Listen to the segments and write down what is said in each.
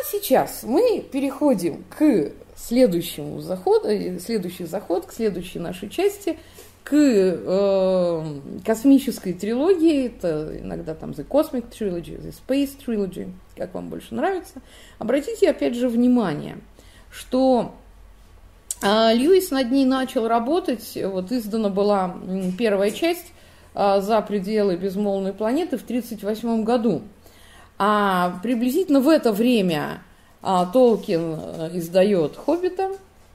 сейчас мы переходим к следующему заходу, к следующей нашей части, к космической трилогии, это иногда там The Cosmic Trilogy, The Space Trilogy, как вам больше нравится. Обратите опять же внимание, что Льюис над ней начал работать, вот издана была первая часть «За пределы безмолвной планеты» в 1938 году. А приблизительно в это время Толкин издает «Хоббита».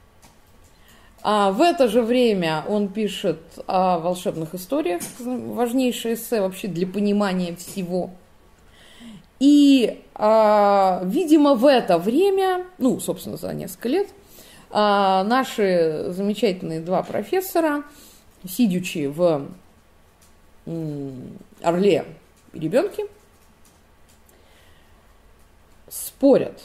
А в это же время он пишет о волшебных историях, важнейшее эссе вообще для понимания всего. И, видимо, в это время, ну, собственно, за несколько лет, наши замечательные два профессора, сидячи в «Орле и ребенке», спорят.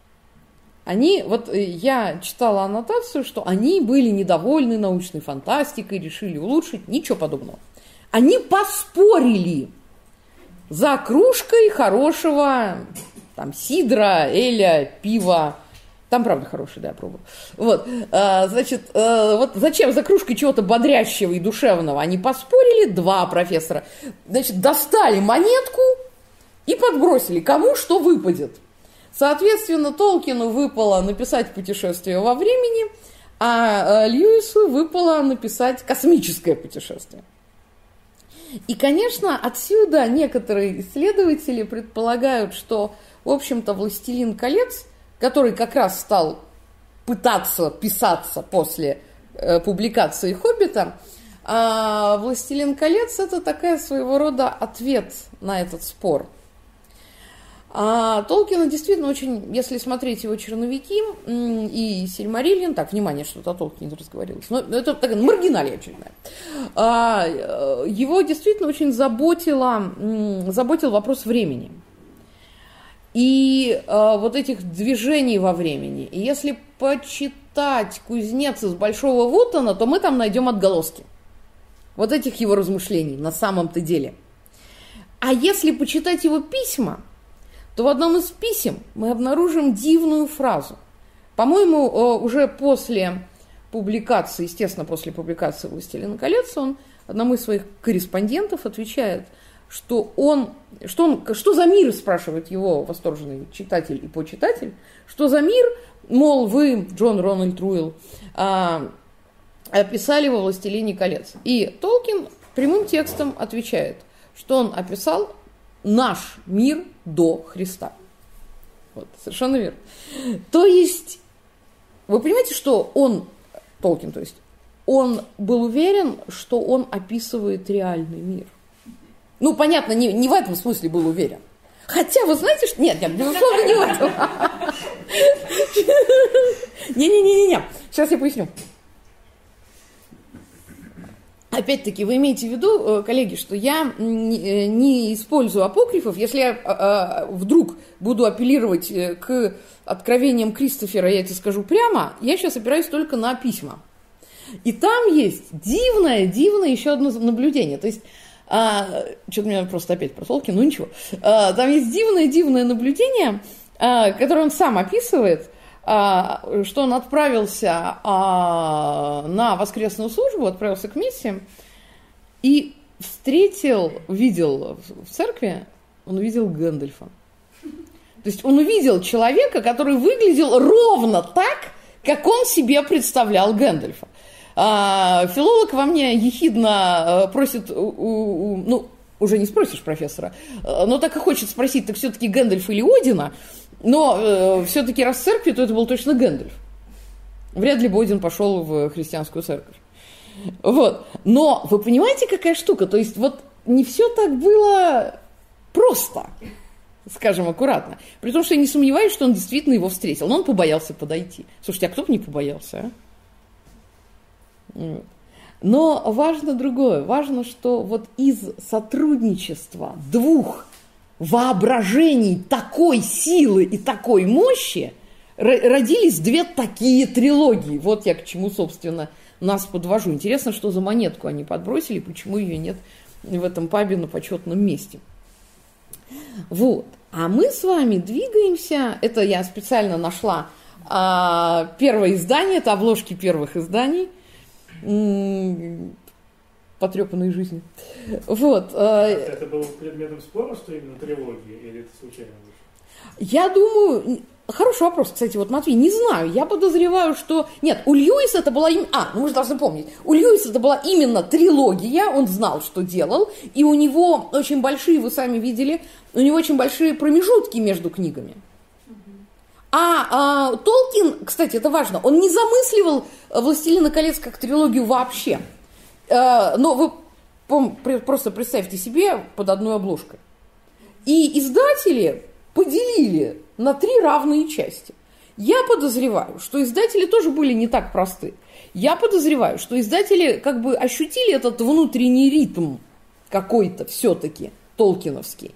Я читала аннотацию, что они были недовольны научной фантастикой, решили улучшить, ничего подобного. Они поспорили за кружкой хорошего там сидра, эля, пива. Там, правда, хороший, да, я пробую. Вот, вот зачем за кружкой чего-то бодрящего и душевного? Они поспорили, два профессора. Значит, достали монетку и подбросили, кому что выпадет. Соответственно, Толкину выпало написать «Путешествие во времени», а Льюису выпало написать «Космическое путешествие». И, конечно, отсюда некоторые исследователи предполагают, что, в общем-то, «Властелин колец», который как раз стал пытаться писаться после публикации «Хоббита», «Властелин колец» – это такая своего рода ответ на этот спор. Толкина действительно очень, если смотреть его черновики и Сильмариллион, так, внимание, что-то о Толкине разговорилось, но это такая маргиналия очередная, его действительно очень заботил вопрос времени и вот этих движений во времени. И если почитать «Кузнец из Большого Вуттона», то мы там найдем отголоски вот этих его размышлений на самом-то деле. А если почитать его письма, то в одном из писем мы обнаружим дивную фразу. По-моему, уже после публикации, естественно, после публикации «Властелина колец», он одному из своих корреспондентов отвечает, что за мир, спрашивает его восторженный читатель и почитатель, что за мир, мол, вы, Джон Рональд Руэлл, описали во «Властелине колец». И Толкин прямым текстом отвечает, что он описал наш мир до Христа. Вот, совершенно верно. То есть, вы понимаете, что Толкин, то есть, он был уверен, что он описывает реальный мир. Ну, понятно, не в этом смысле был уверен. Хотя, вы знаете, что... Нет, безусловно, не в этом. Не. Сейчас я поясню. Опять-таки, вы имеете в виду, коллеги, что я не использую апокрифов. Если я вдруг буду апеллировать к откровениям Кристофера, я это скажу прямо, я сейчас опираюсь только на письма. И там есть дивное еще одно наблюдение. То есть, что-то у меня просто опять про Толкина, ну ничего. Там есть дивное наблюдение, которое он сам описывает, что он отправился на воскресную службу, отправился к мессе и увидел в церкви, он увидел Гэндальфа. То есть он увидел человека, который выглядел ровно так, как он себе представлял Гэндальфа. Филолог во мне ехидно просит, уже не спросишь профессора, но так и хочет спросить, так все-таки Гэндальф или Одина? Но все-таки раз в церкви, то это был точно Гэндальф. Вряд ли бы Один пошел в христианскую церковь. Вот. Но вы понимаете, какая штука? То есть вот не все так было просто, скажем аккуратно. При том, что я не сомневаюсь, что он действительно его встретил. Но он побоялся подойти. Слушайте, а кто бы не побоялся, а? Но важно другое. Важно, что вот из сотрудничества двух воображений такой силы и такой мощи родились две такие трилогии. Вот я к чему, собственно, нас подвожу. Интересно, что за монетку они подбросили, почему ее нет в этом пабе на почетном месте. Вот. А мы с вами двигаемся, это я специально нашла первое издание, это обложки первых изданий потрепанной жизни. Вот. Это было предметом спора, что именно трилогия, или это случайно вышло? Я думаю, хороший вопрос, кстати, вот, Матвей, не знаю, я подозреваю, что... Нет, у Льюиса это была... мы же должны помнить, у Льюиса это была именно трилогия, он знал, что делал, и у него очень большие, вы сами видели, у него очень большие промежутки между книгами. А Толкин, кстати, это важно, он не замысливал «Властелина колец» как трилогию вообще. Но вы просто представьте себе под одной обложкой. И издатели поделили на 3 равные части. Я подозреваю, что издатели тоже были не так просты. Я подозреваю, что издатели как бы ощутили этот внутренний ритм какой-то все-таки толкиновский.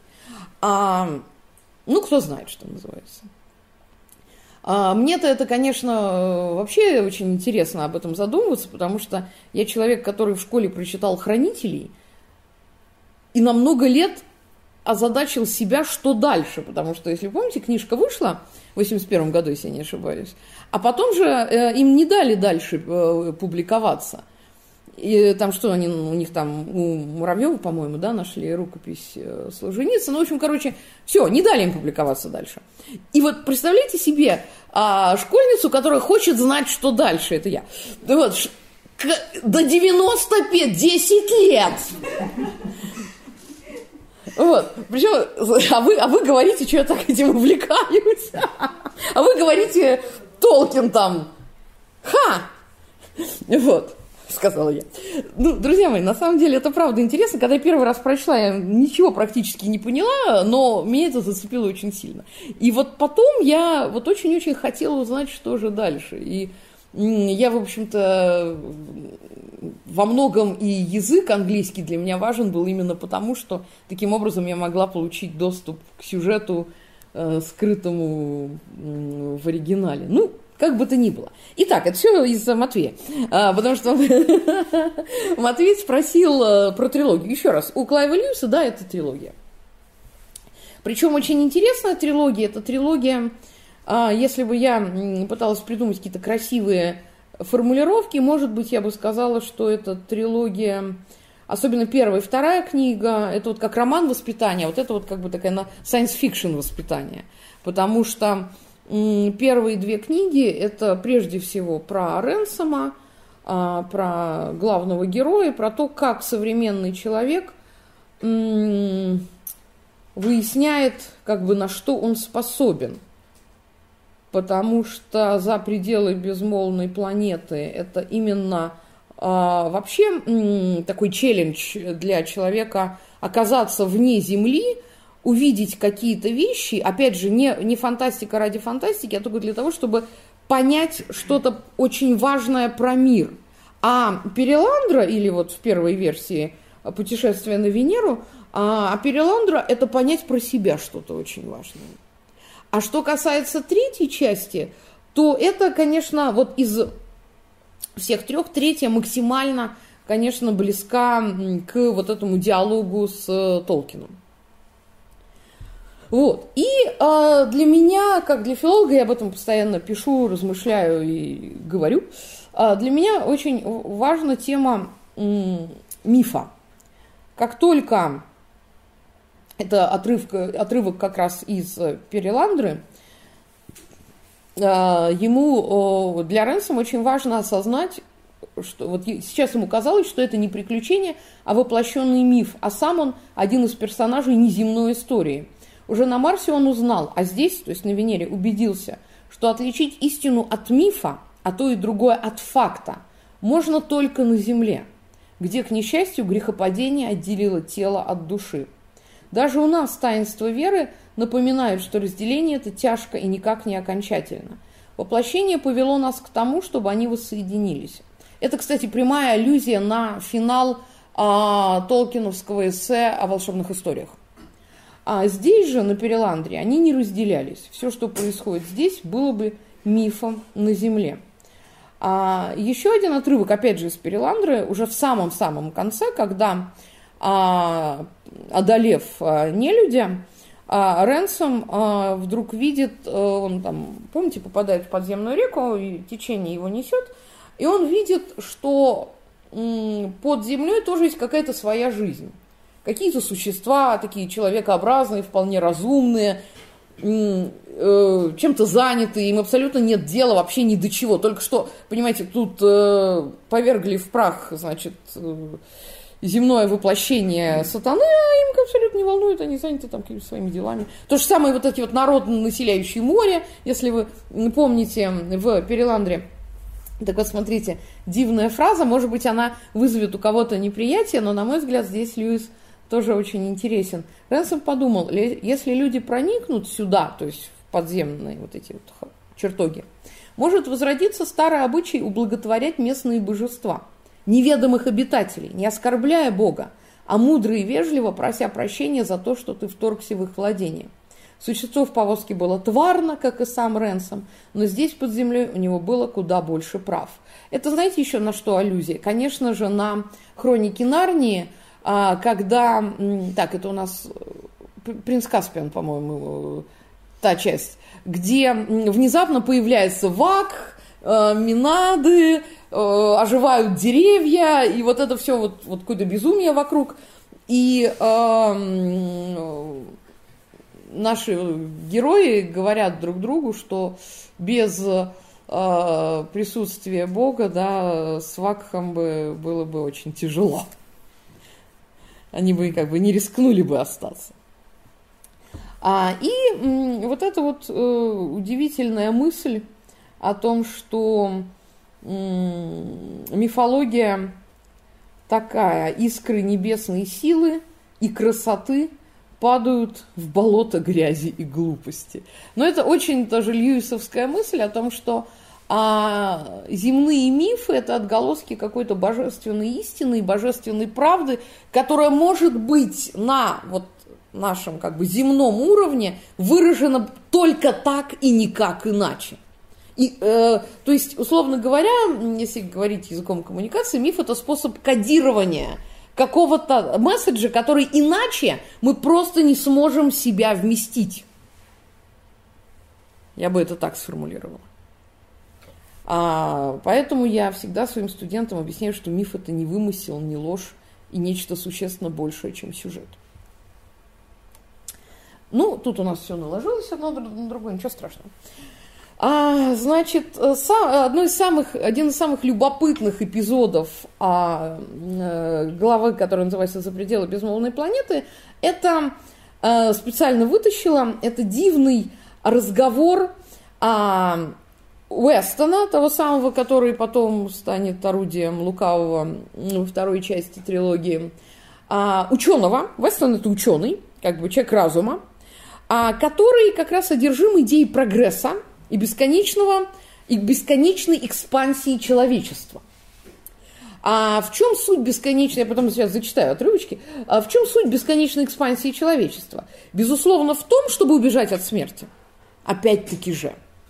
Кто знает, что называется. Мне-то это, конечно, вообще очень интересно об этом задумываться, потому что я человек, который в школе прочитал «Хранителей», и на много лет озадачил себя, что дальше, потому что, если помните, книжка вышла в 1981 году, если я не ошибаюсь, а потом же им не дали дальше публиковаться. И там что, у них там, у Муравьева, по-моему, да, нашли рукопись Солженицына. Ну, в общем, все, не дали им публиковаться дальше. И вот представляете себе школьницу, которая хочет знать, что дальше, это я. Вот, до 95, 10 лет. Вот, причем, а вы говорите, что я так этим увлекаюсь. А вы говорите, Толкин там, вот. Сказала я. Друзья мои, на самом деле это правда интересно. Когда я первый раз прочла, я ничего практически не поняла, но меня это зацепило очень сильно. И вот потом я вот очень-очень хотела узнать, что же дальше. И я, в общем-то, во многом и язык английский для меня важен был именно потому, что таким образом я могла получить доступ к сюжету, скрытому в оригинале. Как бы то ни было. Итак, это все из-за Матвея. Потому что Матвей спросил про трилогию. Еще раз, у Клайва Льюиса, да, это трилогия. Причем очень интересная трилогия. Это трилогия, если бы я пыталась придумать какие-то красивые формулировки, может быть, я бы сказала, что это трилогия, особенно первая и вторая книга, это вот как роман воспитания, вот это вот как бы такая science-fiction воспитание. Потому что первые 2 книги – это прежде всего про Ренсома, про главного героя, про то, как современный человек выясняет, как бы, на что он способен. Потому что за пределы безмолвной планеты это именно вообще такой челлендж для человека оказаться вне Земли, увидеть какие-то вещи, опять же, не фантастика ради фантастики, а только для того, чтобы понять что-то очень важное про мир. А Переландра, или вот в первой версии «Путешествие на Венеру», а Переландра – это понять про себя что-то очень важное. А что касается 3-й части, то это, конечно, вот из всех 3, 3-я максимально, конечно, близка к вот этому диалогу с Толкином. Вот. И для меня, как для филолога, я об этом постоянно пишу, размышляю и говорю, для меня очень важна тема мифа. Как только это отрывок как раз из Переландры, ему, для Ренсома очень важно осознать, что вот сейчас ему казалось, что это не приключение, а воплощенный миф, а сам он один из персонажей неземной истории. Уже на Марсе он узнал, а здесь, то есть на Венере, убедился, что отличить истину от мифа, а то и другое от факта, можно только на Земле, где, к несчастью, грехопадение отделило тело от души. Даже у нас таинство веры напоминает, что разделение это тяжко и никак не окончательно. Воплощение повело нас к тому, чтобы они воссоединились. Это, кстати, прямая аллюзия на финал толкиновского эссе о волшебных историях. А здесь же, на Переландре, они не разделялись. Все, что происходит здесь, было бы мифом на Земле. Еще один отрывок, опять же, из Переландры, уже в самом-самом конце, когда, одолев нелюдя, Ренсом вдруг видит, он там, помните, попадает в подземную реку, и течение его несет, и он видит, что под землей тоже есть какая-то своя жизнь. Какие-то существа, такие человекообразные, вполне разумные, чем-то заняты, им абсолютно нет дела вообще ни до чего. Только что, понимаете, тут повергли в прах, значит, земное воплощение сатаны, а им абсолютно не волнует, они заняты там какими-то своими делами. То же самое вот эти вот народы, населяющие море, если вы помните в Переландре. Так вот, смотрите, дивная фраза, может быть, она вызовет у кого-то неприятие, но, на мой взгляд, здесь Льюис тоже очень интересен. Ренсом подумал, если люди проникнут сюда, то есть в подземные вот эти вот чертоги, может возродиться старый обычай ублаготворять местные божества, неведомых обитателей, не оскорбляя Бога, а мудро и вежливо прося прощения за то, что ты вторгся в их владение. Существо в повозке было тварно, как и сам Ренсом, но здесь под землей у него было куда больше прав. Это, знаете, еще на что аллюзия? Конечно же, на хроники Нарнии, когда... Так, это у нас «Принц Каспиан», по-моему, та часть, где внезапно появляется Вак, Минады, оживают деревья, и вот это все, вот какое-то безумие вокруг. И наши герои говорят друг другу, что без присутствия Бога, да, с Вакхом было бы очень тяжело. Они бы как бы не рискнули бы остаться. И вот эта вот удивительная мысль о том, что мифология такая, искры небесной силы и красоты падают в болото грязи и глупости. Но это очень тоже льюисовская мысль о том, что земные мифы – это отголоски какой-то божественной истины и божественной правды, которая может быть на вот нашем как бы земном уровне выражена только так и никак иначе. То есть, условно говоря, если говорить языком коммуникации, миф – это способ кодирования какого-то месседжа, который иначе мы просто не сможем в себя вместить. Я бы это так сформулировала. Поэтому я всегда своим студентам объясняю, что миф – это не вымысел, не ложь и нечто существенно большее, чем сюжет. Ну, тут у нас все наложилось одно на другое, ничего страшного. Значит, один из самых любопытных эпизодов главы, которая называется «За пределы безмолвной планеты», это специально вытащила, это дивный разговор Уэстона, того самого, который потом станет орудием лукавого во второй части трилогии, ученого, Уэстон это ученый, как бы человек разума, который как раз одержим идеей прогресса и бесконечной экспансии человечества. В чем суть бесконечной, я потом сейчас зачитаю отрывочки, в чем суть бесконечной экспансии человечества? Безусловно, в том, чтобы убежать от смерти. Опять-таки же.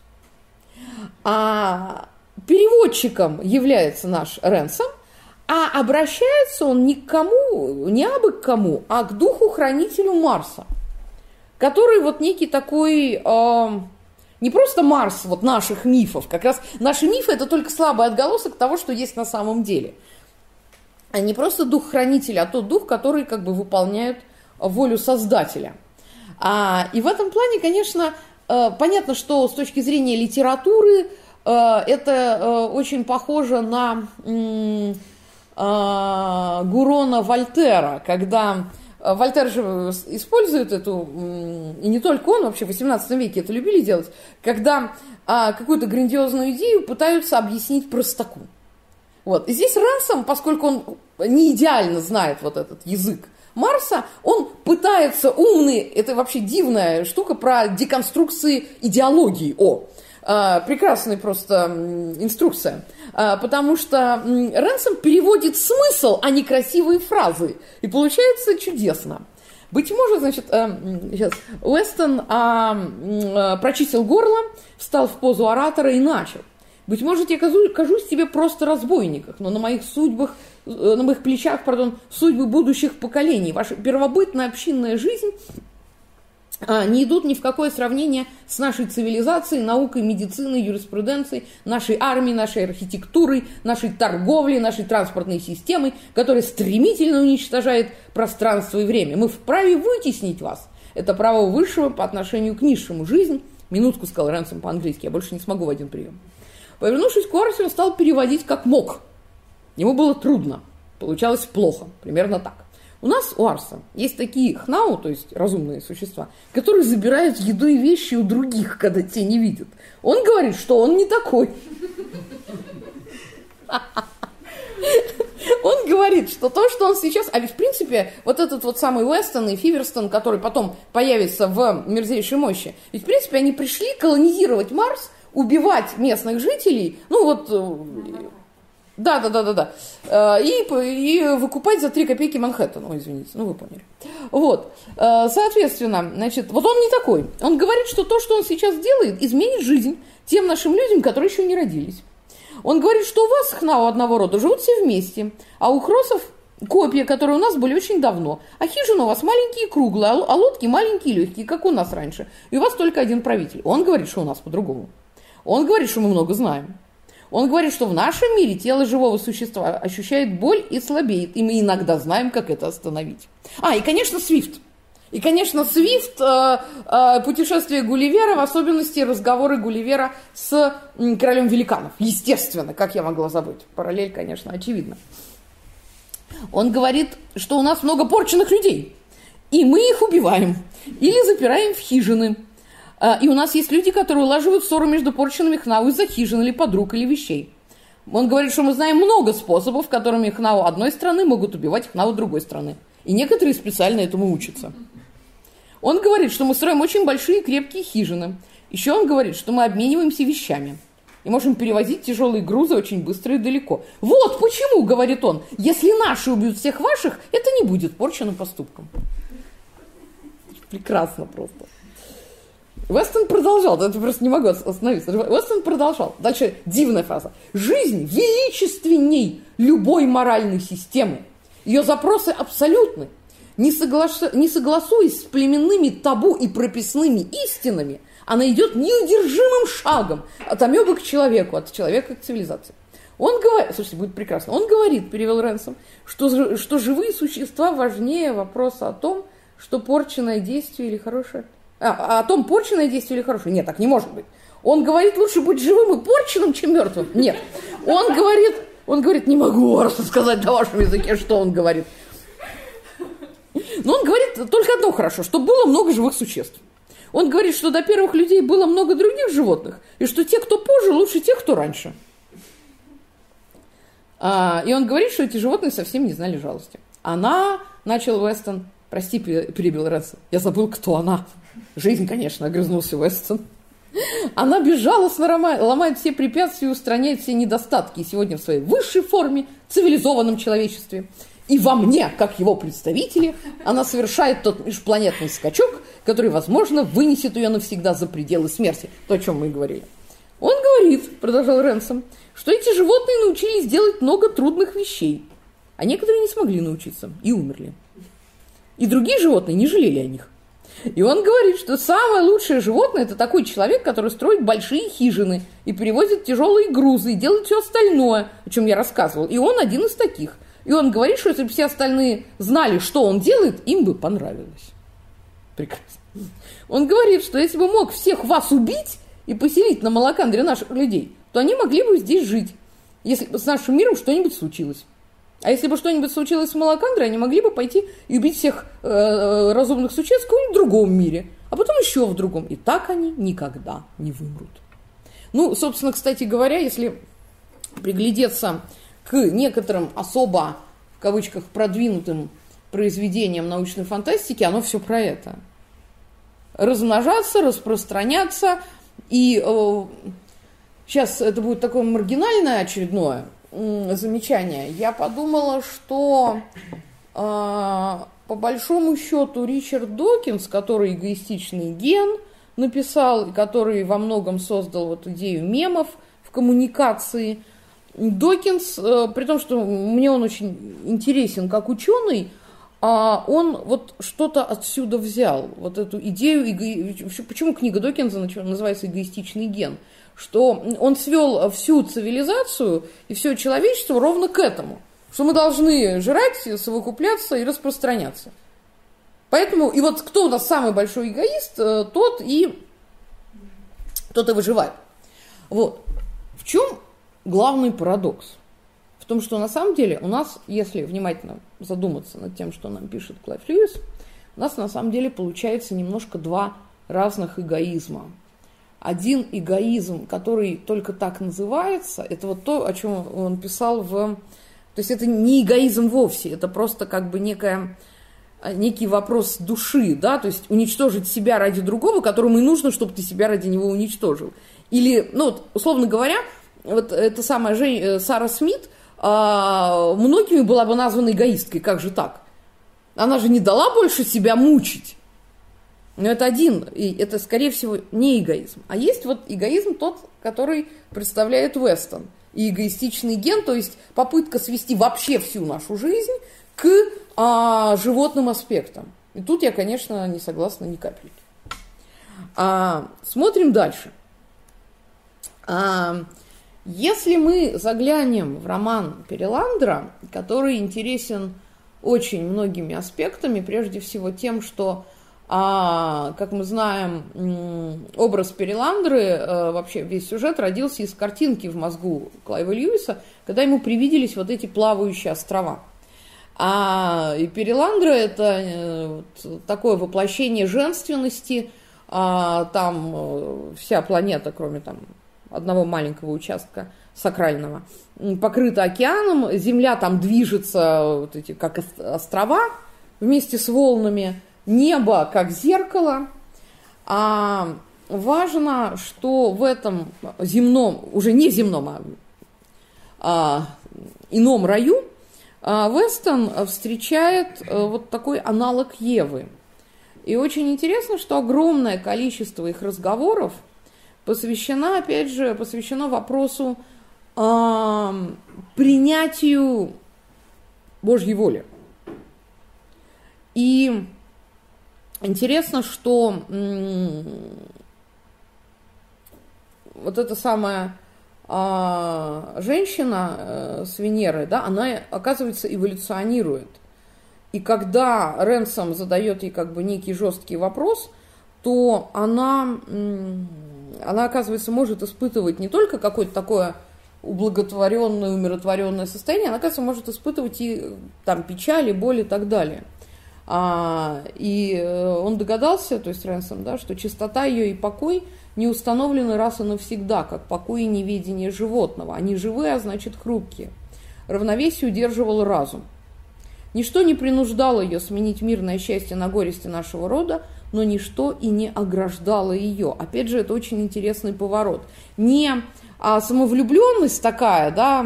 Переводчиком является наш Ренсом, а обращается он не к кому, не абы к кому, а к духу-хранителю Марса, который вот некий такой... Не просто Марс вот наших мифов, как раз наши мифы – это только слабый отголосок того, что есть на самом деле. А не просто дух-хранитель, а тот дух, который как бы выполняет волю Создателя. И в этом плане, конечно, понятно, что с точки зрения литературы это очень похоже на Гурона Вольтера, когда... Вольтер же использует эту, и не только он, вообще в XVIII веке это любили делать, когда какую-то грандиозную идею пытаются объяснить простаку. Вот. И здесь Ренсом, поскольку он не идеально знает вот этот язык Марса, он пытается умный, это вообще дивная штука про деконструкции идеологии. Прекрасная просто инструкция, потому что Ренсом переводит смысл, а не красивые фразы, и получается чудесно. Быть может, значит, сейчас Уэстон прочистил горло, встал в позу оратора и начал. Быть может, я кажусь тебе просто разбойником, но на моих плечах, судьбы будущих поколений. Ваша первобытная общинная жизнь не идут ни в какое сравнение с нашей цивилизацией, наукой, медициной, юриспруденцией, нашей армией, нашей архитектурой, нашей торговлей, нашей транспортной системой, которая стремительно уничтожает пространство и время. Мы вправе вытеснить вас. Это право высшего по отношению к низшему. Жизнь, минутку, сказал Рэнсом по-английски, я больше не смогу в один прием. Повернувшись к Уарсу, он стал переводить как мог. Ему было трудно, получалось плохо, примерно так. У нас, у Арса, есть такие хнау, то есть разумные существа, которые забирают еду и вещи у других, когда те не видят. Он говорит, что он не такой. Он говорит, что то, что он сейчас... А ведь, в принципе, вот этот вот самый Уэстон и Фиверстон, который потом появится в «Мерзейшей мощи», ведь, в принципе, они пришли колонизировать Марс, убивать местных жителей, ну вот... Да. И выкупать за 3 копейки Манхэттен. Ой, извините, ну вы поняли. Вот. Соответственно, значит, вот он не такой. Он говорит, что то, что он сейчас делает, изменит жизнь тем нашим людям, которые еще не родились. Он говорит, что у вас, хнау одного рода, живут все вместе, а у хросов копья, которые у нас были очень давно. А хижины у вас маленькие и круглые, а лодки маленькие и легкие, как у нас раньше. И у вас только один правитель. Он говорит, что у нас по-другому. Он говорит, что мы много знаем. Он говорит, что в нашем мире тело живого существа ощущает боль и слабеет, и мы иногда знаем, как это остановить. И, конечно, Свифт. И, конечно, Свифт, путешествие Гулливера, в особенности разговоры Гулливера с королем великанов. Естественно, как я могла забыть. Параллель, конечно, очевидна. Он говорит, что у нас много порченных людей, и мы их убиваем или запираем в хижины. И у нас есть люди, которые улаживают ссоры между порченными хнау из-за хижин или подруг или вещей. Он говорит, что мы знаем много способов, которыми хнау одной страны могут убивать хнау другой страны. И некоторые специально этому учатся. Он говорит, что мы строим очень большие крепкие хижины. Еще он говорит, что мы обмениваемся вещами. И можем перевозить тяжелые грузы очень быстро и далеко. Вот почему, говорит он, если наши убьют всех ваших, это не будет порченным поступком. Прекрасно просто. Уэстон продолжал, это просто не могу остановиться. Уэстон продолжал. Дальше дивная фраза. Жизнь величественней любой моральной системы. Ее запросы абсолютны. Не согласуясь с племенными табу и прописными истинами, она идет неудержимым шагом от амебы к человеку, от человека к цивилизации. Он говорит, слушайте, будет прекрасно. Он говорит, перевел Рэнсом, что живые существа важнее вопроса о том, что порченное действие или хорошее... о том, порченное действие или хорошее. Нет, так не может быть. Он говорит, лучше быть живым и порченным, чем мертвым. Нет. Он говорит, не могу рассказать на вашем языке, что он говорит. Но он говорит только одно хорошо, что было много живых существ. Он говорит, что до первых людей было много других животных, и что те, кто позже, лучше тех, кто раньше. И он говорит, что эти животные совсем не знали жалости. Она, начал Уэстон, прости, перебил Рэнсом, я забыл, кто она. Жизнь, конечно, огрызнулся Уэстон. Она безжалостно ломает все препятствия и устраняет все недостатки. И сегодня в своей высшей форме, в цивилизованном человечестве. И во мне, как его представители, она совершает тот межпланетный скачок, который, возможно, вынесет ее навсегда за пределы смерти. То, о чем мы и говорили. Он говорит, продолжал Рэнсом, что эти животные научились делать много трудных вещей, а некоторые не смогли научиться и умерли. И другие животные не жалели о них. И он говорит, что самое лучшее животное – это такой человек, который строит большие хижины и перевозит тяжелые грузы, и делает все остальное, о чем я рассказывал. И он один из таких. И он говорит, что если бы все остальные знали, что он делает, им бы понравилось. Прекрасно. Он говорит, что если бы мог всех вас убить и поселить на Малакандре наших людей, то они могли бы здесь жить, если бы с нашим миром что-нибудь случилось. А если бы что-нибудь случилось с Малакандрой, они могли бы пойти и убить всех разумных существ в каком-нибудь другом мире, а потом еще в другом. И так они никогда не вымрут. Ну, собственно, кстати говоря, если приглядеться к некоторым особо, в кавычках, продвинутым произведениям научной фантастики, оно все про это. Размножаться, распространяться. И сейчас это будет такое маргинальное очередное замечание. Я подумала, что по большому счету Ричард Докинс, который «Эгоистичный ген» написал, и который во многом создал вот идею мемов в коммуникации, Докинс, при том, что мне он очень интересен как ученый, он вот что-то отсюда взял, вот эту идею, почему книга Докинза называется «Эгоистичный ген», что он свел всю цивилизацию и все человечество ровно к этому, что мы должны жрать, совокупляться и распространяться. Поэтому, и вот кто у нас самый большой эгоист, тот и выживает. Вот. В чем главный парадокс? В том, что на самом деле у нас, если внимательно задуматься над тем, что нам пишет Клайв Льюис, у нас на самом деле получается немножко два разных эгоизма. Один эгоизм, который только так называется, это вот то, о чем он писал То есть это не эгоизм вовсе, это просто как бы некий вопрос души, да, то есть уничтожить себя ради другого, которому и нужно, чтобы ты себя ради него уничтожил. Или, условно говоря, вот эта самая Сара Смит многими была бы названа эгоисткой, как же так? Она же не дала больше себя мучить. Но это и это, скорее всего, не эгоизм. А есть вот эгоизм тот, который представляет Вестон. И эгоистичный ген, то есть попытка свести вообще всю нашу жизнь к животным аспектам. И тут я, конечно, не согласна ни капельки. Смотрим дальше. Если мы заглянем в роман Переландра, который интересен очень многими аспектами, прежде всего тем, что, как мы знаем, образ Переландры, вообще весь сюжет родился из картинки в мозгу Клайва Льюиса, когда ему привиделись вот эти плавающие острова. И Переландра – это такое воплощение женственности, там вся планета, кроме там одного маленького участка сакрального, покрыта океаном, земля там движется, вот эти, как острова, вместе с волнами, небо как зеркало. Важно, что в этом земном, уже не земном, ином раю Вестон встречает вот такой аналог Евы. И очень интересно, что огромное количество их разговоров посвящено вопросу принятию Божьей воли. И интересно, что вот эта самая женщина с Венеры, да, она, оказывается, эволюционирует. И когда Ренсом задает ей как бы некий жесткий вопрос, то она, оказывается, может испытывать не только какое-то такое ублаготворенное, умиротворенное состояние, она, оказывается, может испытывать и там печаль, и боль и так далее. И он догадался, то есть Ренсом, да, что чистота ее и покой не установлены раз и навсегда, как покой и неведение животного. Они живые, а значит хрупкие. Равновесие удерживал разум. Ничто не принуждало ее сменить мирное счастье на горести нашего рода, но ничто и не ограждало ее. Опять же, это очень интересный поворот. Не самовлюбленность такая, да,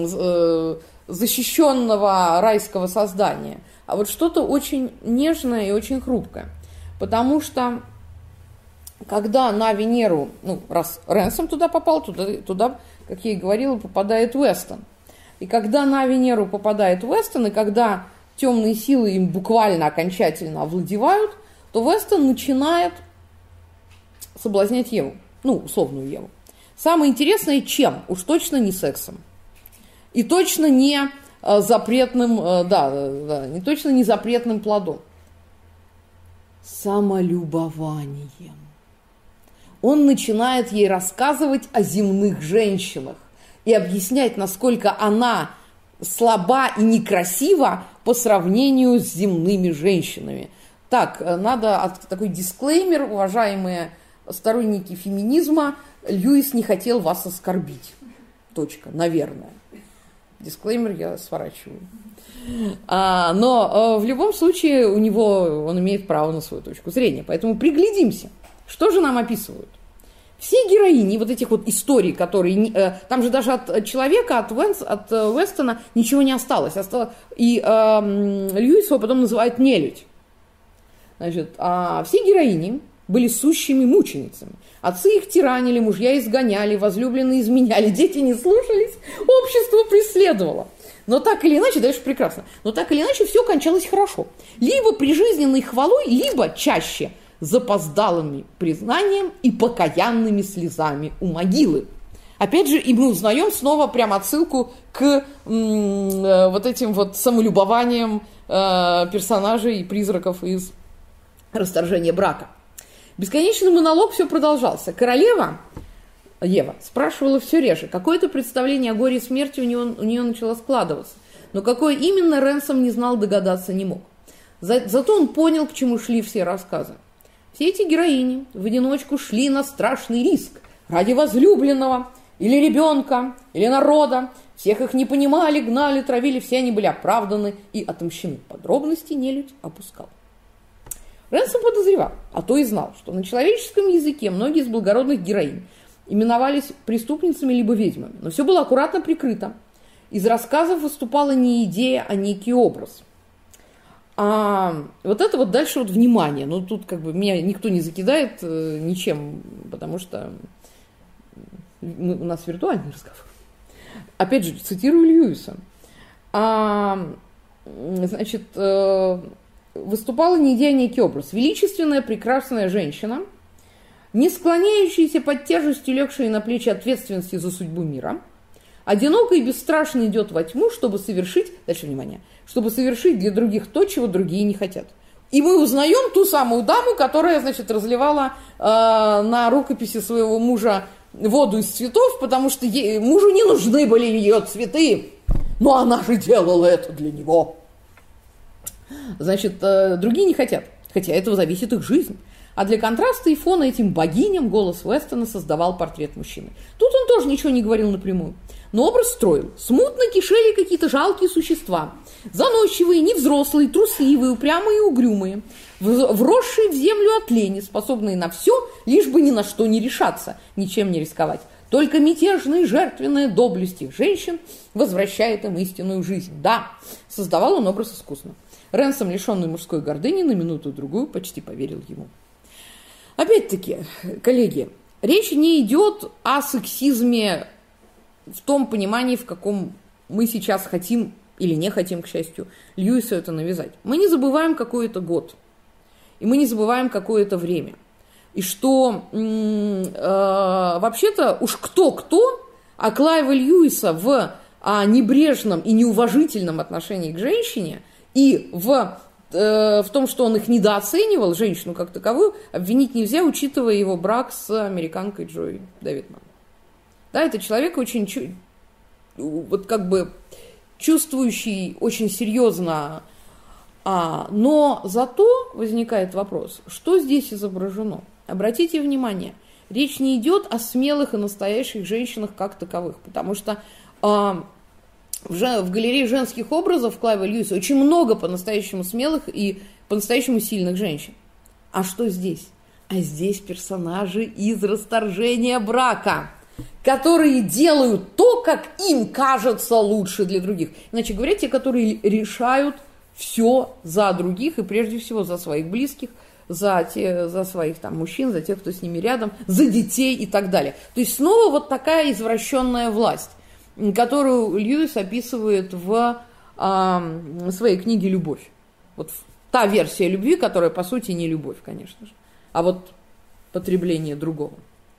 защищенного райского создания, а вот что-то очень нежное и очень хрупкое. Потому что, когда на Венеру, раз Ренсом туда попал, туда, как я и говорила, попадает Вестон. И когда на Венеру попадает Вестон, и когда темные силы им буквально окончательно овладевают, то Вестон начинает соблазнять Еву, условную Еву. Самое интересное, чем? Уж точно не сексом. И точно не запретным, не запретным плодом. Самолюбованием. Он начинает ей рассказывать о земных женщинах и объяснять, насколько она слаба и некрасива по сравнению с земными женщинами. Так, надо такой дисклеймер, уважаемые сторонники феминизма, Льюис не хотел вас оскорбить. Точка, наверное. Дисклеймер я сворачиваю. Но в любом случае он имеет право на свою точку зрения. Поэтому приглядимся. Что же нам описывают? Все героини вот этих вот историй, которые... Там же даже от человека, от Вестона ничего не осталось. И Льюис его потом называют нелюдь. Значит, все героини были сущими мученицами. Отцы их тиранили, мужья изгоняли, возлюбленные изменяли, дети не слушались, общество преследовало. Но так или иначе, дальше прекрасно, но так или иначе все кончалось хорошо. Либо прижизненной хвалой, либо чаще запоздалым признанием и покаянными слезами у могилы. Опять же, и мы узнаем снова прям отсылку к вот этим вот самолюбованиям персонажей и призраков из «Расторжения брака». Бесконечный монолог все продолжался. Королева Ева спрашивала все реже. Какое-то представление о горе и смерти у нее начало складываться. Но какое именно, Ренсом не знал, догадаться не мог. Зато он понял, к чему шли все рассказы. Все эти героини в одиночку шли на страшный риск ради возлюбленного, или ребенка, или народа. Всех их не понимали, гнали, травили, все они были оправданы и отомщены. Подробности нелюдь опускал. Ренсом подозревал, а то и знал, что на человеческом языке многие из благородных героинь именовались преступницами либо ведьмами. Но все было аккуратно прикрыто. Из рассказов выступала не идея, а некий образ. А вот это вот дальше вот внимание. Ну, тут как бы меня никто не закидает ничем, потому что у нас виртуальный разговор. Опять же, цитирую Льюиса. Значит, выступала не идея, а некий образ. Величественная, прекрасная женщина, не склоняющаяся под тяжестью, легшей на плечи ответственности за судьбу мира, одиноко и бесстрашно идет во тьму, чтобы совершить, дальше внимание, чтобы совершить для других то, чего другие не хотят. И мы узнаем ту самую даму, которая, значит, разливала на рукописи своего мужа воду из цветов, потому что мужу не нужны были ее цветы, но она же делала это для него. Значит, другие не хотят, хотя этого зависит их жизнь. А для контраста и фона этим богиням голос Вестона создавал портрет мужчины. Тут он тоже ничего не говорил напрямую, но образ строил. Смутно кишели какие-то жалкие существа, заносчивые, невзрослые, трусливые, упрямые и угрюмые, вросшие в землю от лени, способные на все, лишь бы ни на что не решаться, ничем не рисковать. Только мятежная и жертвенная доблесть их женщин возвращает им истинную жизнь. Да, создавал он образ искусно. Ренсом, лишенный мужской гордыни, на минуту-другую почти поверил ему. Опять-таки, коллеги, речь не идет о сексизме в том понимании, в каком мы сейчас хотим или не хотим, к счастью, Льюису это навязать. Мы не забываем, какой это год, и мы не забываем, какое это время. И что вообще-то уж кто-кто, а Клайва Льюиса в небрежном и неуважительном отношении к женщине и в том, что он их недооценивал, женщину как таковую, обвинить нельзя, учитывая его брак с американкой Джой Дэвидман. Да, это человек очень, вот как бы чувствующий очень серьезно, но зато возникает вопрос, что здесь изображено. Обратите внимание, речь не идет о смелых и настоящих женщинах как таковых, потому что в галерее женских образов Клайва Льюиса очень много по-настоящему смелых и по-настоящему сильных женщин. А что здесь? А здесь персонажи из «Расторжения брака», которые делают то, как им кажется лучше для других. Иначе говоря, те, которые решают все за других и прежде всего за своих близких, за своих там мужчин, за тех, кто с ними рядом, за детей и так далее. То есть снова вот такая извращенная власть, которую Льюис описывает в своей книге «Любовь». Вот та версия любви, которая, по сути, не любовь, конечно же, а вот потребление другого.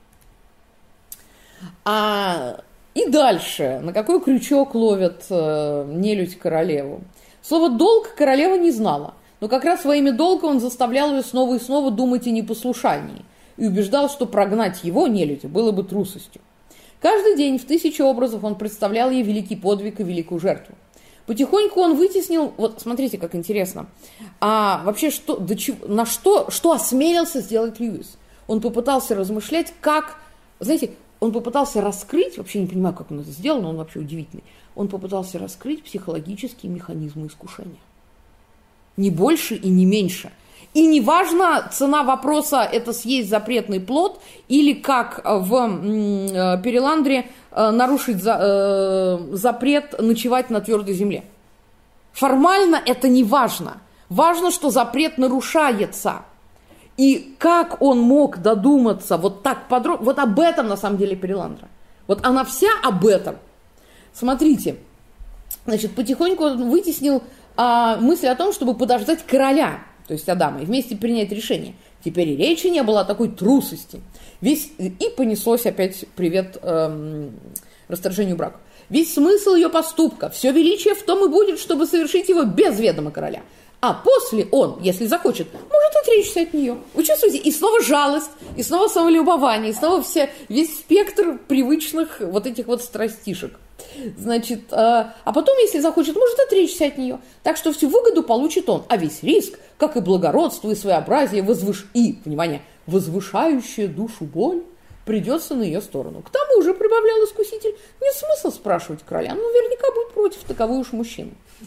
И дальше, на какой крючок ловят нелюдь королеву? Слово «долг» королева не знала, но как раз во имя долга он заставлял ее снова и снова думать о непослушании и убеждал, что прогнать его, нелюдя, было бы трусостью. Каждый день в 1000 образов он представлял ей великий подвиг и великую жертву. Потихоньку он вытеснил, вот смотрите, как интересно, вообще что осмелился сделать Льюис? Он попытался размышлять, как, знаете, он попытался раскрыть, вообще не понимаю, как он это сделал, но он вообще удивительный, он попытался раскрыть психологические механизмы искушения. Не больше и не меньше. И неважно, цена вопроса – это съесть запретный плод или как в Переландре нарушить запрет ночевать на твердой земле. Формально это не важно. Важно, что запрет нарушается. И как он мог додуматься вот так подробно, вот об этом на самом деле Переландра. Вот она вся об этом. Смотрите, Значит, потихоньку он вытеснил мысль о том, чтобы подождать короля, то есть Адама, и вместе принять решение. Теперь и речи не было о такой трусости. И понеслось опять привет расторжению брака. Весь смысл ее поступка, все величие в том и будет, чтобы совершить его без ведома короля. А после он, если захочет, может отречься от нее. Вы чувствуете? И снова жалость, и снова самолюбование, и снова весь спектр привычных вот этих вот страстишек. Значит, а потом, если захочет, может отречься от нее. Так что всю выгоду получит он. А весь риск, как и благородство и своеобразие, внимание, возвышающая душу боль, придется на ее сторону. К тому же, прибавлял искуситель, нет смысла спрашивать короля. Ну, наверняка будет против, таковой уж мужчина.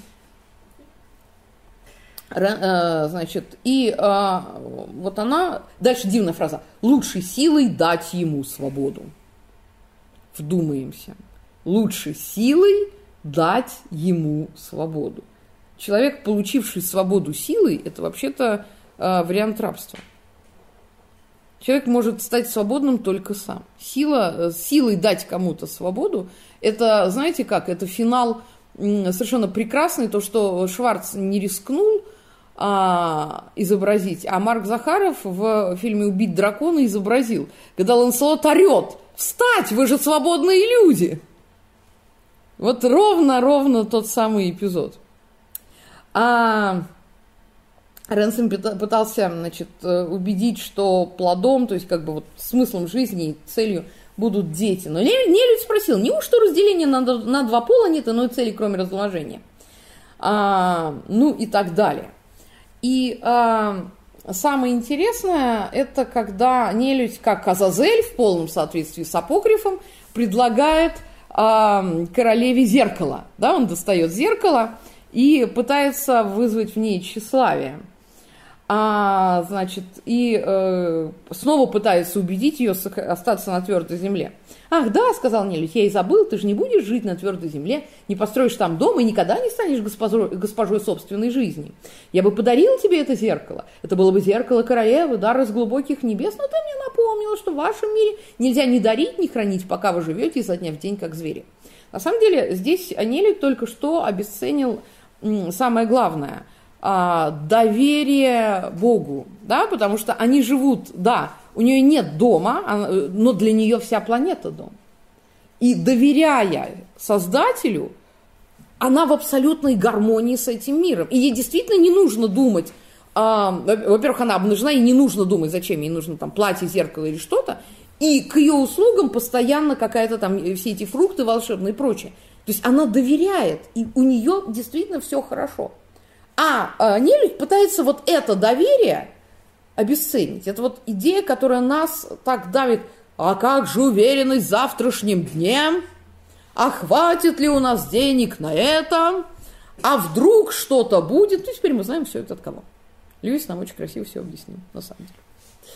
Значит, вот она, дальше дивная фраза, лучшей силой дать ему свободу. Вдумаемся. Лучшей силой дать ему свободу. Человек, получивший свободу силой, это вообще-то вариант рабства. Человек может стать свободным только сам. Силой дать кому-то свободу, это, знаете как, это финал совершенно прекрасный, то, что Шварц не рискнул изобразить, а Марк Захаров в фильме «Убить дракона» изобразил, когда Ланселот орет: «Встать, вы же свободные люди!» Вот ровно тот самый эпизод. Ренсом пытался, значит, убедить, что плодом, то есть как бы вот смыслом жизни и целью будут дети. Но Нелюдь спросил, неужто разделения на два пола нет иной цели, кроме размножения? Ну и так далее. И самое интересное, это когда Нелюдь, как Азазель, в полном соответствии с апокрифом, предлагает королеве зеркало. Да, он достает зеркало и пытается вызвать в ней тщеславие. Значит, снова пытается убедить ее остаться на твердой земле. «Ах, да, — сказал Нелюдь, — я и забыл, ты же не будешь жить на твердой земле, не построишь там дом и никогда не станешь госпожой собственной жизни. Я бы подарил тебе это зеркало. Это было бы зеркало королевы, дар из глубоких небес, но ты мне напомнила, что в вашем мире нельзя ни дарить, ни хранить, пока вы живете изо дня в день, как звери». На самом деле, здесь Нелюдь только что обесценил самое главное – доверие Богу, да, потому что они живут, да, у нее нет дома, но для нее вся планета дом. И доверяя Создателю, она в абсолютной гармонии с этим миром. И ей действительно не нужно думать, во-первых, она обнажена, и не нужно думать, зачем ей нужно там платье, зеркало или что-то, и к ее услугам постоянно какая-то там, все эти фрукты волшебные и прочее. То есть она доверяет, и у нее действительно все хорошо. А Нелюдь пытается вот это доверие обесценить. Это вот идея, которая нас так давит. А как же уверенность в завтрашнем дне? А хватит ли у нас денег на это? А вдруг что-то будет? Ну, теперь мы знаем все это от кого. Льюис нам очень красиво все объяснил, на самом деле.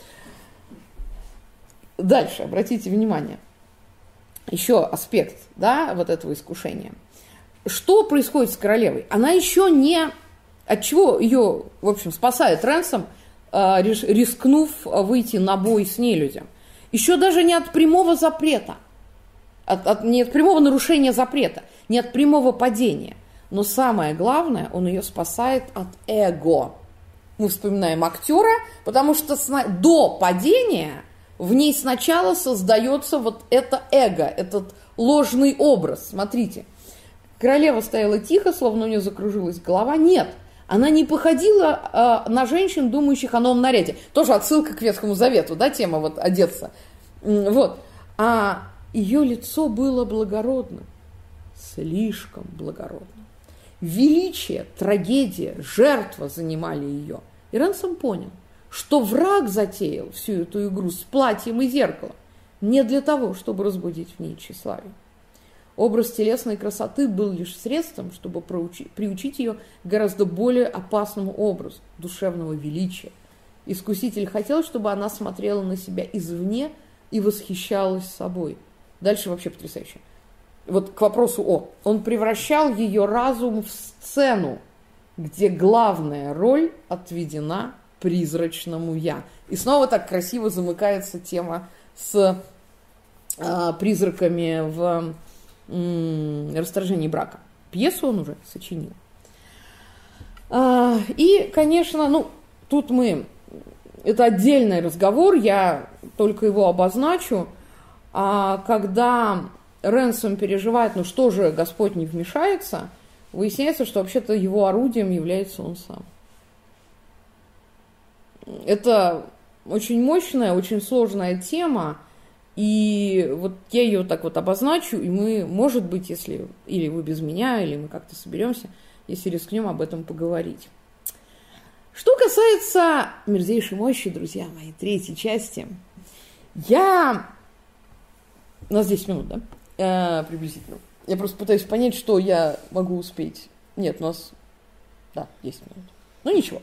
Дальше, обратите внимание. Еще аспект, да, вот этого искушения. Что происходит с королевой? Она еще не... От чего ее, в общем, спасает Ренсом, рискнув выйти на бой с Нелюдем? Еще даже не от прямого запрета, не от прямого нарушения запрета, не от прямого падения. Но самое главное, он ее спасает от эго. Мы вспоминаем актера, потому что до падения в ней сначала создается вот это эго, этот ложный образ. Смотрите, королева стояла тихо, словно у нее закружилась голова. Нет. Она не походила на женщин, думающих о новом наряде. Тоже отсылка к Ветхому Завету, да, тема вот одеться. Вот. А ее лицо было благородным, слишком благородным. Величие, трагедия, жертва занимали ее. И Ренсом понял, что враг затеял всю эту игру с платьем и зеркалом не для того, чтобы разбудить в ней тщеславие. Образ телесной красоты был лишь средством, чтобы приучить ее к гораздо более опасному образу душевного величия. Искуситель хотел, чтобы она смотрела на себя извне и восхищалась собой. Дальше вообще потрясающе. Вот к вопросу он превращал ее разум в сцену, где главная роль отведена призрачному «я». И снова так красиво замыкается тема с призраками в расторжении брака. Пьесу он уже сочинил. И, конечно, тут это отдельный разговор, я только его обозначу. Когда Ренсом переживает, что же Господь не вмешается, выясняется, что вообще-то его орудием является он сам. Это очень мощная, очень сложная тема, и вот я ее так вот обозначу, и мы, может быть, если или вы без меня, или мы как-то соберемся, если рискнем об этом поговорить. Что касается мерзейшей мощи, друзья мои, третьей части, у нас 10 минут, да? Приблизительно. Я просто пытаюсь понять, что я могу успеть. Нет, у нас... Да, 10 минут. Ничего.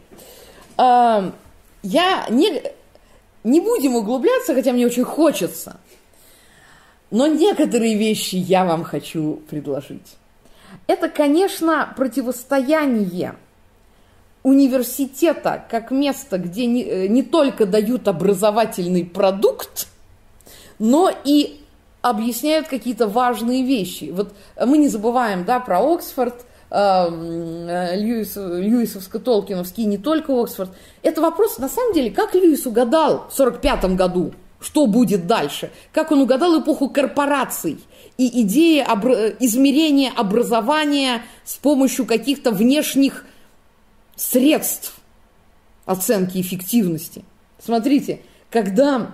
Не будем углубляться, хотя мне очень хочется. Но некоторые вещи я вам хочу предложить. Это, конечно, противостояние университета как место, где не только дают образовательный продукт, но и объясняют какие-то важные вещи. Вот мы не забываем, да, про Оксфорд, Льюисовско-Толкиновский, не только Оксфорд. Это вопрос, на самом деле, как Льюис угадал в 1945 году, что будет дальше, как он угадал эпоху корпораций и идеи измерения образования с помощью каких-то внешних средств оценки эффективности. Смотрите, когда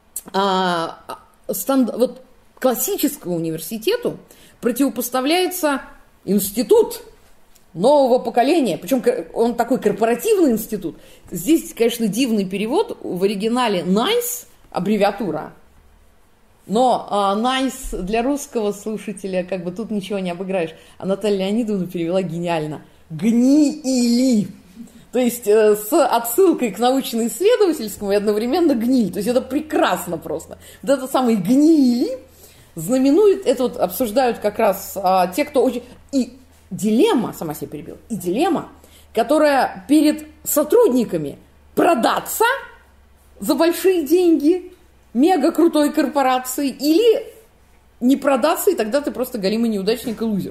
классическому университету противопоставляется институт нового поколения, причем он такой корпоративный институт. Здесь, конечно, дивный перевод, в оригинале NICE, аббревиатура, но NICE для русского слушателя как бы тут ничего не обыграешь, а Наталья Леонидовна перевела гениально. ГНИИЛИ. То есть с отсылкой к научно-исследовательскому и одновременно гниль. То есть это прекрасно просто. Вот это самый ГНИИЛИ знаменует, это вот обсуждают как раз те, кто очень... И дилемма, сама себя перебила, и дилемма, которая перед сотрудниками продаться за большие деньги мега крутой корпорации или не продаться, и тогда ты просто голимый неудачник и лузер.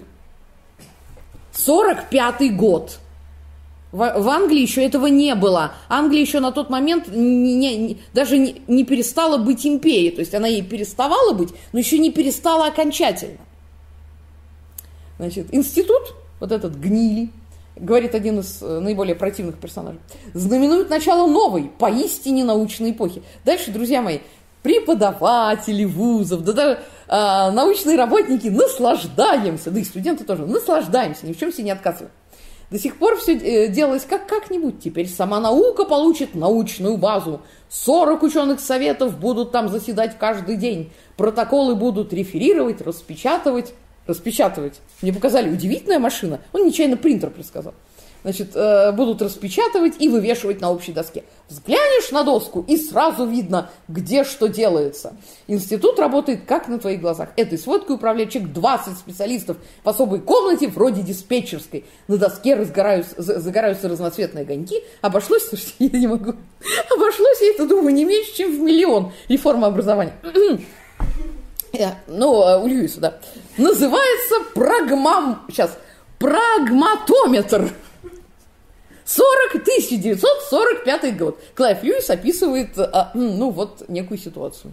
45-й год. В Англии еще этого не было. Англия еще на тот момент даже не перестала быть империей. То есть она ей переставала быть, но еще не перестала окончательно. Значит, институт, вот этот гнили, говорит один из наиболее противных персонажей, знаменует начало новой, поистине научной эпохи. Дальше, друзья мои, преподаватели вузов, да даже научные работники наслаждаемся, да и студенты тоже наслаждаемся, ни в чем себе не отказываем. До сих пор все делалось как-нибудь. Теперь сама наука получит научную базу. 40 ученых советов будут там заседать каждый день. Протоколы будут реферировать, распечатывать. Мне показали, удивительная машина. Он нечаянно принтер предсказал. Значит, будут распечатывать и вывешивать на общей доске. Взглянешь на доску, и сразу видно, где что делается. Институт работает как на твоих глазах. Этой сводкой управляет человек 20 специалистов в особой комнате, вроде диспетчерской. На доске загораются разноцветные огоньки. Обошлось, слушайте, я не могу. Обошлось, я это думаю, не меньше, чем в миллион реформа образования. У Льюиса, да. Называется прагматометр. 1945 год. Клайв Льюис описывает, некую ситуацию.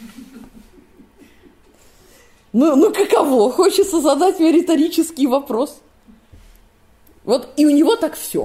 Каково? Хочется задать мне риторический вопрос. Вот, и у него так все.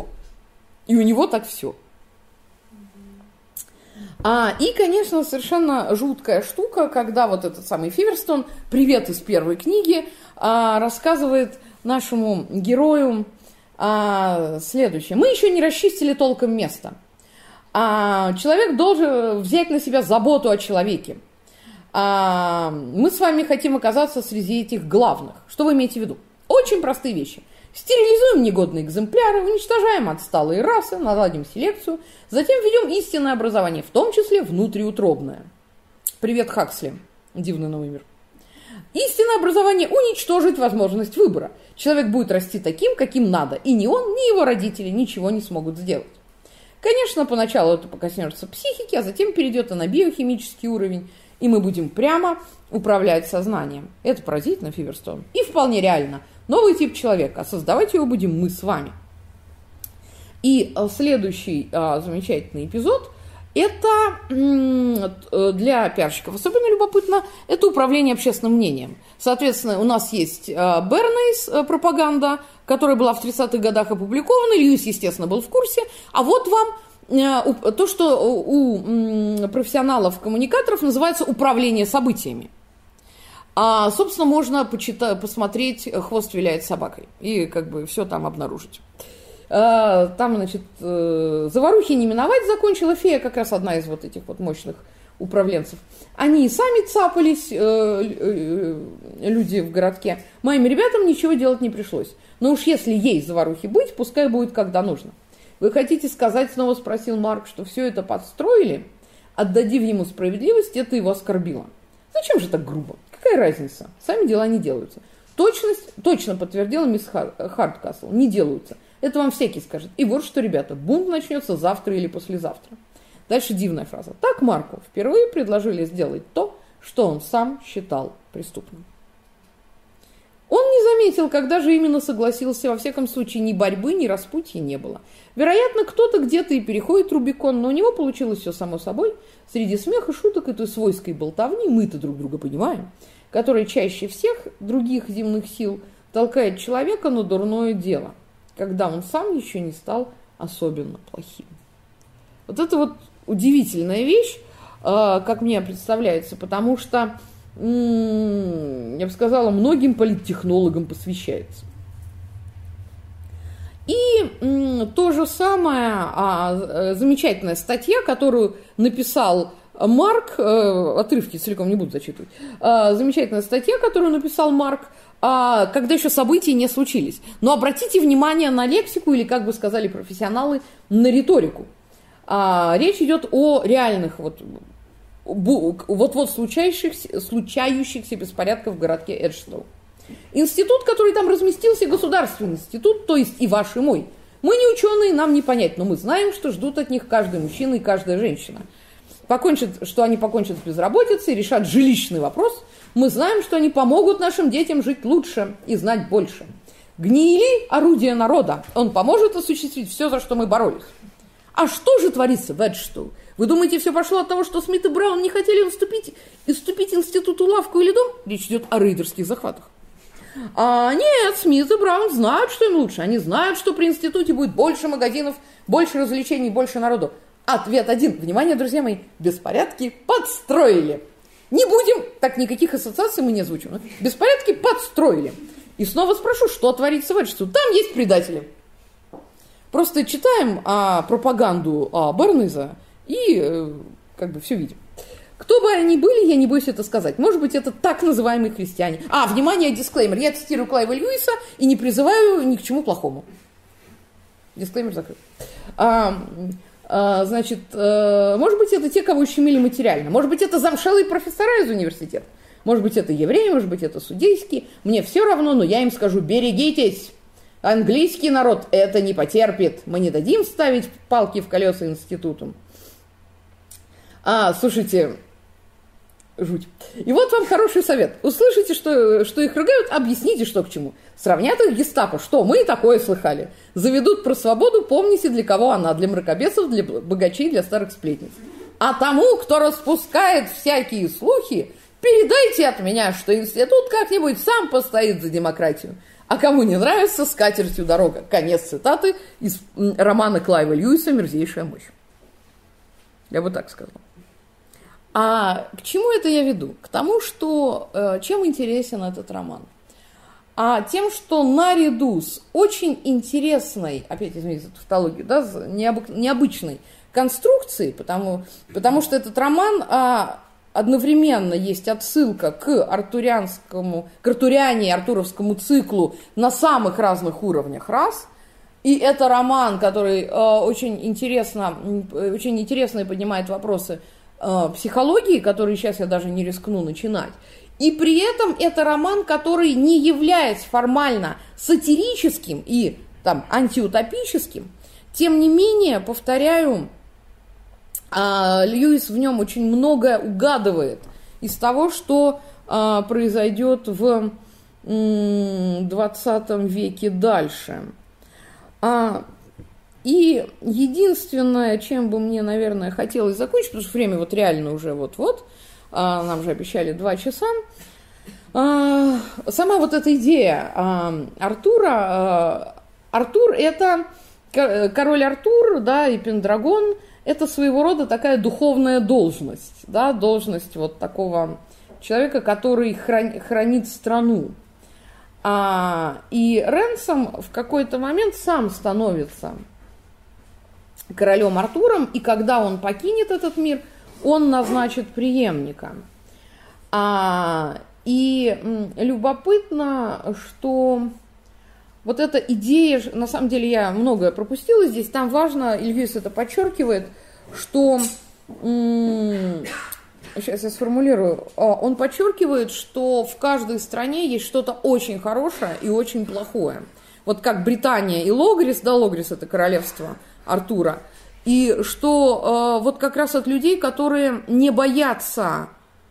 И, конечно, совершенно жуткая штука, когда вот этот самый Фиверстон, привет из первой книги, рассказывает нашему герою следующее. Мы еще не расчистили толком место. Человек должен взять на себя заботу о человеке. Мы с вами хотим оказаться среди этих главных. Что вы имеете в виду? Очень простые вещи. Стерилизуем негодные экземпляры, уничтожаем отсталые расы, наладим селекцию, затем ведем истинное образование, в том числе внутриутробное. Привет, Хаксли. Дивный новый мир. Истинное образование уничтожит возможность выбора. Человек будет расти таким, каким надо, и ни он, ни его родители ничего не смогут сделать. Конечно, поначалу это коснется психики, а затем перейдет и на биохимический уровень, и мы будем прямо управлять сознанием. Это поразительно, Фиверстон. И вполне реально. новый тип человека, а создавать его будем мы с вами. И следующий замечательный эпизод – это для пиарщиков особенно любопытно, это управление общественным мнением. Соответственно, у нас есть Бернейс пропаганда, которая была в 30-х годах опубликована, Льюис, естественно, был в курсе, а вот вам то, что у профессионалов-коммуникаторов называется управление событиями. Собственно, можно посмотреть «Хвост виляет собакой» и как бы все там обнаружить. Там, значит, заварухи не миновать закончила фея, как раз одна из вот этих вот мощных управленцев. Они и сами цапались, люди в городке. Моим ребятам ничего делать не пришлось. Но уж если ей заварухи быть, пускай будет, когда нужно. Вы хотите сказать, снова спросил Марк, что все это подстроили? Отдадим ему справедливость, это его оскорбило. Зачем же так грубо? Какая разница? Сами дела не делаются. Точно подтвердила мисс Хардкасл, не делаются. Это вам всякий скажет. И вот что, ребята, бунт начнется завтра или послезавтра. Дальше дивная фраза. Так Марку впервые предложили сделать то, что он сам считал преступным. Он не заметил, когда же именно согласился. Во всяком случае, ни борьбы, ни распутья не было. Вероятно, кто-то где-то и переходит Рубикон, но у него получилось все само собой. Среди смеха, шуток и той свойской болтовни, мы-то друг друга понимаем, которая чаще всех других земных сил толкает человека на дурное дело, когда он сам еще не стал особенно плохим. Вот это вот удивительная вещь, как мне представляется, потому что, я бы сказала, многим политтехнологам посвящается. И то же самое, замечательная статья, которую написал Марк, отрывки целиком не буду зачитывать, замечательная статья, которую написал Марк, когда еще события не случились. Но обратите внимание на лексику, или, как бы сказали профессионалы, на риторику. Речь идет о реальных вот случающихся беспорядках в городке Эджстоу. Институт, который там разместился, государственный институт, то есть и ваш, и мой. Мы не ученые, нам не понять, но мы знаем, что ждут от них каждый мужчина и каждая женщина. Что они покончат с безработицей, решат жилищный вопрос. Мы знаем, что они помогут нашим детям жить лучше и знать больше. Гниили – орудие народа. Он поможет осуществить все, за что мы боролись. А что же творится в Эджстоу? Вы думаете, все пошло от того, что Смит и Браун не хотели уступить институту лавку или дом? Речь идет о рейдерских захватах. Нет, Смит и Браун знают, что им лучше. Они знают, что при институте будет больше магазинов, больше развлечений, больше народу. Ответ один. Внимание, друзья мои, беспорядки подстроили. Не будем, так никаких ассоциаций мы не озвучим. Беспорядки подстроили. И снова спрошу, что творится в Эджстоу? Там есть предатели. Просто читаем пропаганду Бернейза и как бы все видим. Кто бы они были, я не боюсь это сказать. Может быть, это так называемые христиане. Внимание, дисклеймер. Я цитирую Клайва Льюиса и не призываю ни к чему плохому. Дисклеймер закрыт. Значит, может быть, это те, кого ущемили материально. Может быть, это замшелые профессора из университета. Может быть, это евреи, может быть, это судейские. Мне все равно, но я им скажу, берегитесь. Английский народ это не потерпит. Мы не дадим ставить палки в колеса институтам. Слушайте, жуть. И вот вам хороший совет. Услышите, что их ругают, объясните, что к чему. Сравнят их гестапо. Что, мы и такое слыхали. Заведут про свободу, помните, для кого она. Для мракобесов, для богачей, для старых сплетниц. А тому, кто распускает всякие слухи, передайте от меня, что институт как-нибудь сам постоит за демократию. А кому не нравится, с катертью дорога. Конец цитаты из романа Клайва Льюиса «Мерзейшая мощь». Я бы так сказала. К чему это я веду? К тому, что чем интересен этот роман? Тем, что наряду с очень интересной, опять извините за тавтологию, да, необычной конструкцией, потому что этот роман одновременно есть отсылка к артуриане и артуровскому циклу на самых разных уровнях раз. И это роман, который очень интересно поднимает вопросы психологии, которые сейчас я даже не рискну начинать. И при этом это роман, который не является формально сатирическим и антиутопическим. Тем не менее, повторяю, Льюис в нем очень многое угадывает из того, что произойдет в 20 веке дальше. И единственное, чем бы мне, наверное, хотелось закончить, потому что время вот реально уже вот-вот, нам же обещали 2 часа, сама вот эта идея Артура, Артур это, король Артур, да, и Пендрагон, это своего рода такая духовная должность, да, должность вот такого человека, который хранит страну. И Ренсом в какой-то момент сам становится королем Артуром, и когда он покинет этот мир, он назначит преемника. И любопытно, что вот эта идея, на самом деле я многое пропустила здесь, там важно, Льюис это подчеркивает, что, сейчас я сформулирую, он подчеркивает, что в каждой стране есть что-то очень хорошее и очень плохое. Вот как Британия и Логрис, да, Логрис это королевство Артура, и что вот как раз от людей, которые не боятся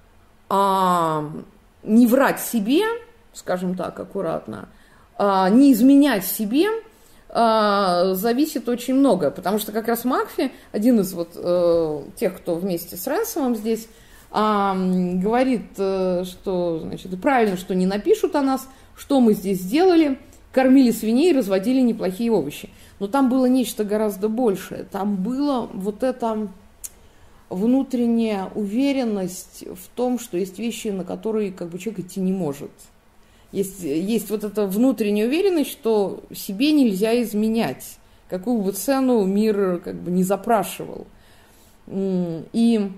не врать себе, скажем так, аккуратно, не изменять себе, зависит очень многое, потому что как раз Макфи, один из вот тех, кто вместе с Ренсомом здесь, говорит, что, значит, правильно, что не напишут о нас, что мы здесь сделали, кормили свиней, разводили неплохие овощи. Но там было нечто гораздо большее. Там была вот эта внутренняя уверенность в том, что есть вещи, на которые как бы человек идти не может. Есть вот эта внутренняя уверенность, что себе нельзя изменять, какую бы цену мир как бы не запрашивал. И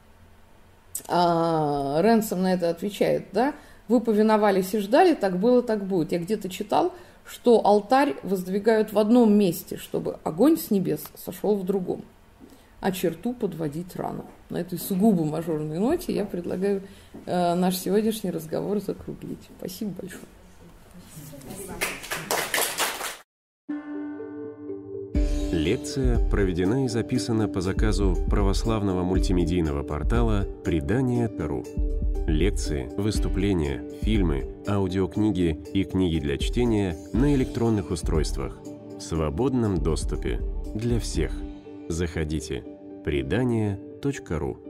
Ренсом на это отвечает, да, вы повиновались и ждали, так было, так будет. Я где-то читал, что алтарь воздвигают в одном месте, чтобы огонь с небес сошел в другом, а черту подводить рано. На этой сугубо мажорной ноте я предлагаю наш сегодняшний разговор закруглить. Спасибо большое. Лекция проведена и записана по заказу православного мультимедийного портала «Предания.ру». Лекции, выступления, фильмы, аудиокниги и книги для чтения на электронных устройствах в свободном доступе для всех. Заходите. Предания.ру